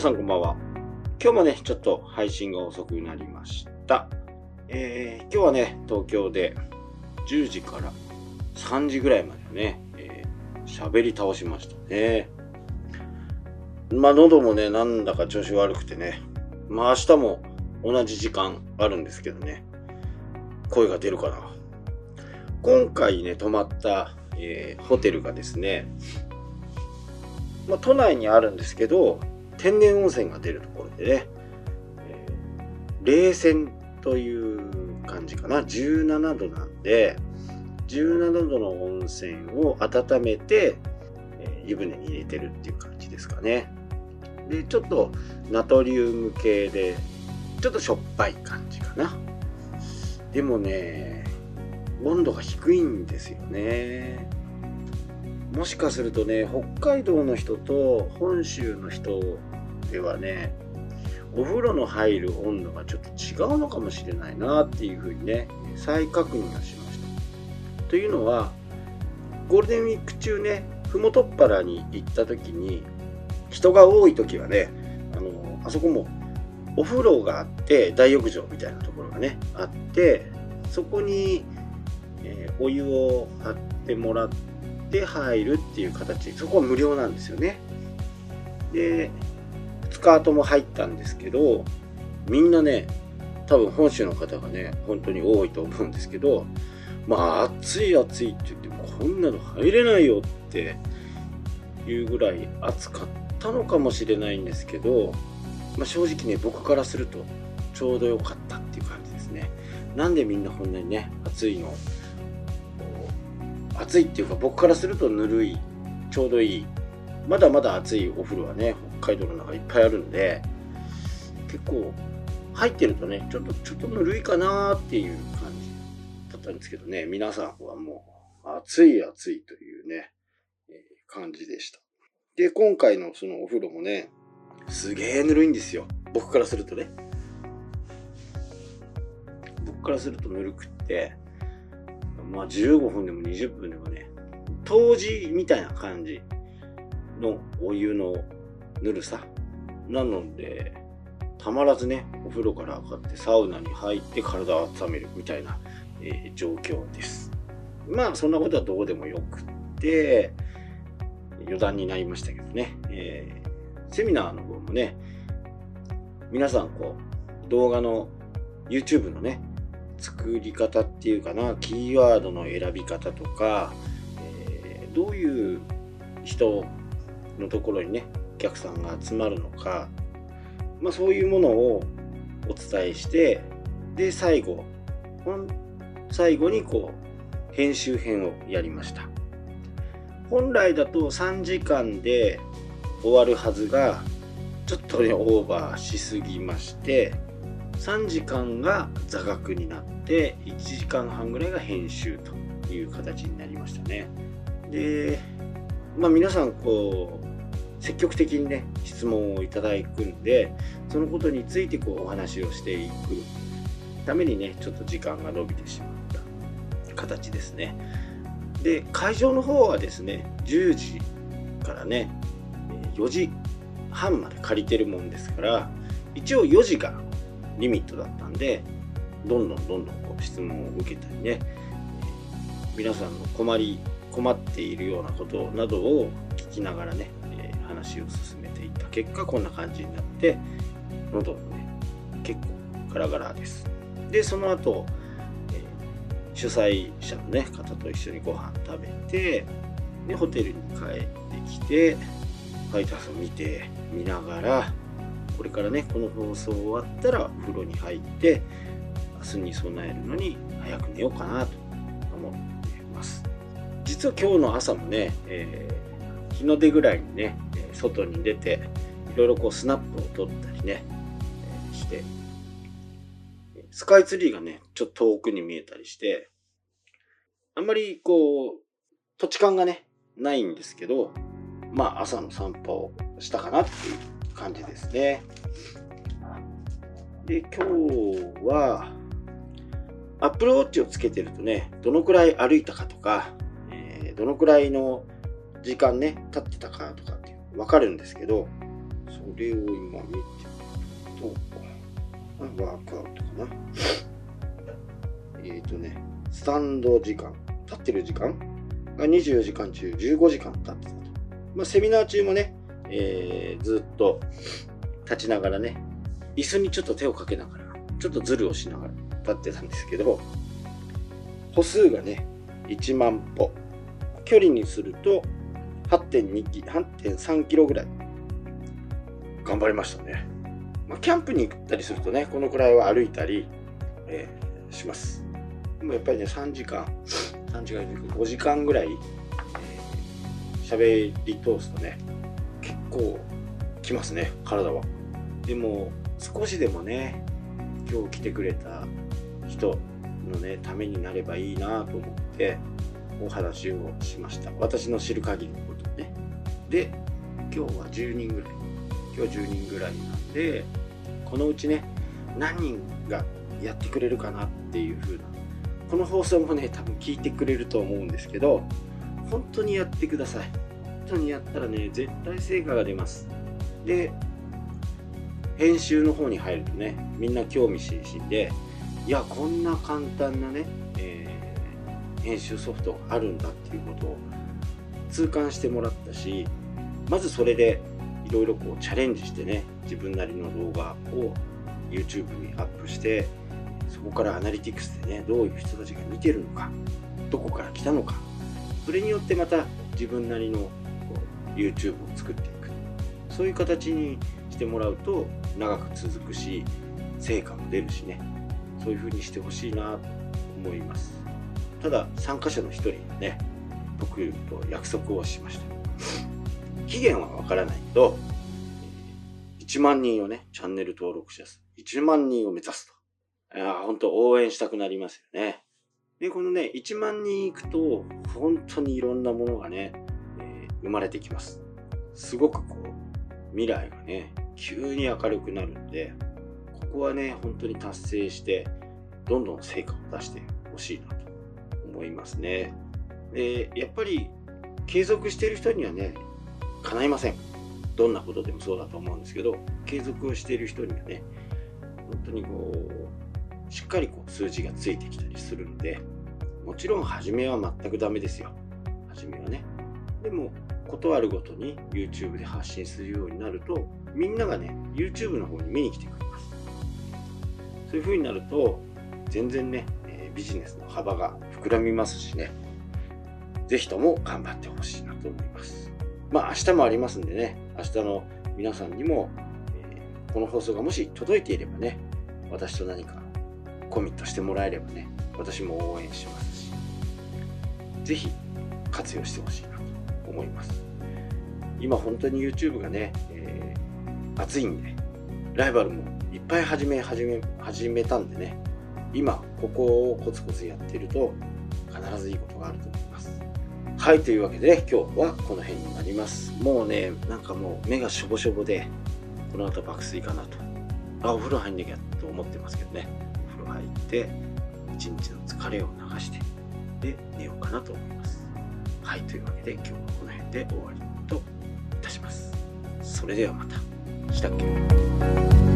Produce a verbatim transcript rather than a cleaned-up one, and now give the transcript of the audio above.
さんこんばんは。今日もね、ちょっと配信が遅くなりました。えー、今日はね、東京でじゅうじからさんじぐらいまでね、えー、喋り倒しましたね。まあ、喉もね、なんだか調子悪くてね、まあ明日も同じ時間あるんですけどね、声が出るかな。今回ね、泊まった、えー、ホテルがですね、まあ、都内にあるんですけど、天然温泉が出るところでね、えー、冷泉という感じかな。じゅうななどなんで、じゅうななどの温泉を温めて、えー、湯船に入れてるっていう感じですかね。で、ちょっとナトリウム系で、ちょっとしょっぱい感じかな。でもね、温度が低いんですよね。もしかするとね、北海道の人と本州の人ではね、お風呂の入る温度がちょっと違うのかもしれないなっていうふうにね、再確認をしました。というのは、ゴールデンウィーク中ね、ふもとっぱらに行った時に、人が多い時はね、あの、あそこもお風呂があって、大浴場みたいなところがね、あって、そこに、えー、お湯を張ってもらって、で入るっていう形、そこは無料なんですよね。で、ふつかとも入ったんですけど、みんなね、多分本州の方がね、本当に多いと思うんですけど、まあ暑い暑いって言ってもこんなの入れないよっていうぐらい暑かったのかもしれないんですけど、まあ、正直ね、僕からするとちょうど良かったっていう感じですね。なんでみんなこんなにね、暑いの暑いっていうか、僕からするとぬるい、ちょうどいい、まだまだ暑いお風呂はね、北海道の中いっぱいあるんで、結構入ってるとね、ちょっとちょっとぬるいかなっていう感じだったんですけどね、皆さんはもう暑い暑いというね、えー、感じでした。で、今回のそのお風呂もね、すげーぬるいんですよ。僕からするとね。僕からするとぬるくって、まあじゅうごふんでもにじゅっぷんでもね、湯治みたいな感じのお湯のぬるさなので、たまらずね、お風呂から上がってサウナに入って体を温めるみたいな、えー、状況です。まあそんなことはどうでもよくって余談になりましたけどね、えー、セミナーの方もね、皆さんこう動画の YouTube のね、作り方っていうかな、キーワードの選び方とか、えー、どういう人のところにね、お客さんが集まるのか、まあそういうものをお伝えして、で最後最後にこう編集編をやりました。本来だとさんじかんで終わるはずがちょっとねオーバーしすぎまして、さんじかんが座学になっていちじかんはんぐらいが編集という形になりましたね。で、まあ皆さんこう積極的にね質問をいただくんで、そのことについてこうお話をしていくためにね、ちょっと時間が延びてしまった形ですね。で、会場の方はですね、じゅうじからねよじはんまで借りてるもんですから、一応よじがリミットだったんで、どんどんどんどんこう質問を受けたりね、皆さんの困り困っているようなことなどを聞きながらね、えー、話を進めていった結果こんな感じになって、喉もね結構ガラガラです。でその後、えー、主催者の、ね、方と一緒にご飯食べて、でホテルに帰ってきてファイターズを見て見ながら、これからねこの放送終わったらお風呂に入って明日に備えるのに早く寝ようかなと思っています。実は今日の朝もね、えー、日の出ぐらいにね外に出ていろいろこうスナップを撮ったりねして、スカイツリーがねちょっと遠くに見えたりして、あんまりこう土地感がねないんですけど、まあ朝の散歩をしたかなっていう感じですね。で、今日は Apple Watch をつけてるとね、どのくらい歩いたかとか、えー、どのくらいの時間ね経ってたかとかって分かるんですけど、それを今見てると、ワークアウトかな。えっとね、スタンド時間、立ってる時間がにじゅうよじかん中じゅうごじかん立ってたと。まあ、セミナー中もね、えー、ずっと立ちながらね、椅子にちょっと手をかけながら、ちょっとズルをしながら立ってたんですけど、歩数がね、いちまん歩。距離にすると はちてんにキロ、はちてんさんキロぐらい。頑張りましたね。まあ、キャンプに行ったりするとね、このくらいは歩いたり、えー、します。でもやっぱりね、さんじかん、さんじかん、ごじかんぐらい、喋、えー、り通すとね、結構きますね、体は。でも、少しでもね、今日来てくれた人のね、ためになればいいなと思ってお話をしました。私の知る限りのことをね。で、今日はじゅうにんぐらい。今日じゅうにんぐらいなんで、このうちね、何人がやってくれるかなっていう風な、この放送もね、多分聞いてくれると思うんですけど、本当にやってください。本当にやったらね、絶対成果が出ます。で、編集の方に入るとね、みんな興味津々で、いや、こんな簡単なね、えー、編集ソフトがあるんだっていうことを痛感してもらったし、まずそれでいろいろこうチャレンジしてね、自分なりの動画を YouTube にアップして、そこからアナリティクスでね、どういう人たちが見てるのか、どこから来たのか、それによってまた自分なりのこう YouTube を作っていく、そういう形にしてもらうと長く続くし、成果も出るしね、そういう風にしてほしいなと思います。ただ参加者の一人にね、僕と約束をしました。期限はわからないけど、いちまんにんをね、チャンネル登録者数いちまんにんを目指すと。いや、本当応援したくなりますよね。で、このね、いちまんにん行くと、本当にいろんなものがね、えー、生まれてきます。すごくこう、未来がね、急に明るくなるんで、ここはね、本当に達成して、どんどん成果を出してほしいなと思いますね。で、やっぱり、継続している人にはね、叶いません。どんなことでもそうだと思うんですけど、継続をしている人にはね、本当にこう、しっかりこう数字がついてきたりするので、もちろん初めは全くダメですよ。初めはね。でも、ことあるごとに YouTube で発信するようになると、みんながね、YouTube の方に見に来てくれます。そういう風になると、全然ね、えー、ビジネスの幅が膨らみますしね、ぜひとも頑張ってほしいなと思います。まあ明日もありますんでね、明日の皆さんにも、えー、この放送がもし届いていればね、私と何かコミットしてもらえればね、私も応援しますし、ぜひ活用してほしいなと思います。今本当に YouTube がね、えー、熱いんで、ライバルもいっぱい始め始め始めたんでね、今ここをコツコツやってると必ずいいことがあると思います。はい、というわけで、ね、今日はこの辺になります。もうね、なんかもう目がしょぼしょぼで、この後爆睡かなと。あ、お風呂入んなきゃと思ってますけどね。お風呂入って、一日の疲れを流して、で、寝ようかなと思います。はい、というわけで、今日はこの辺で終わりといたします。それではまた。したっけ？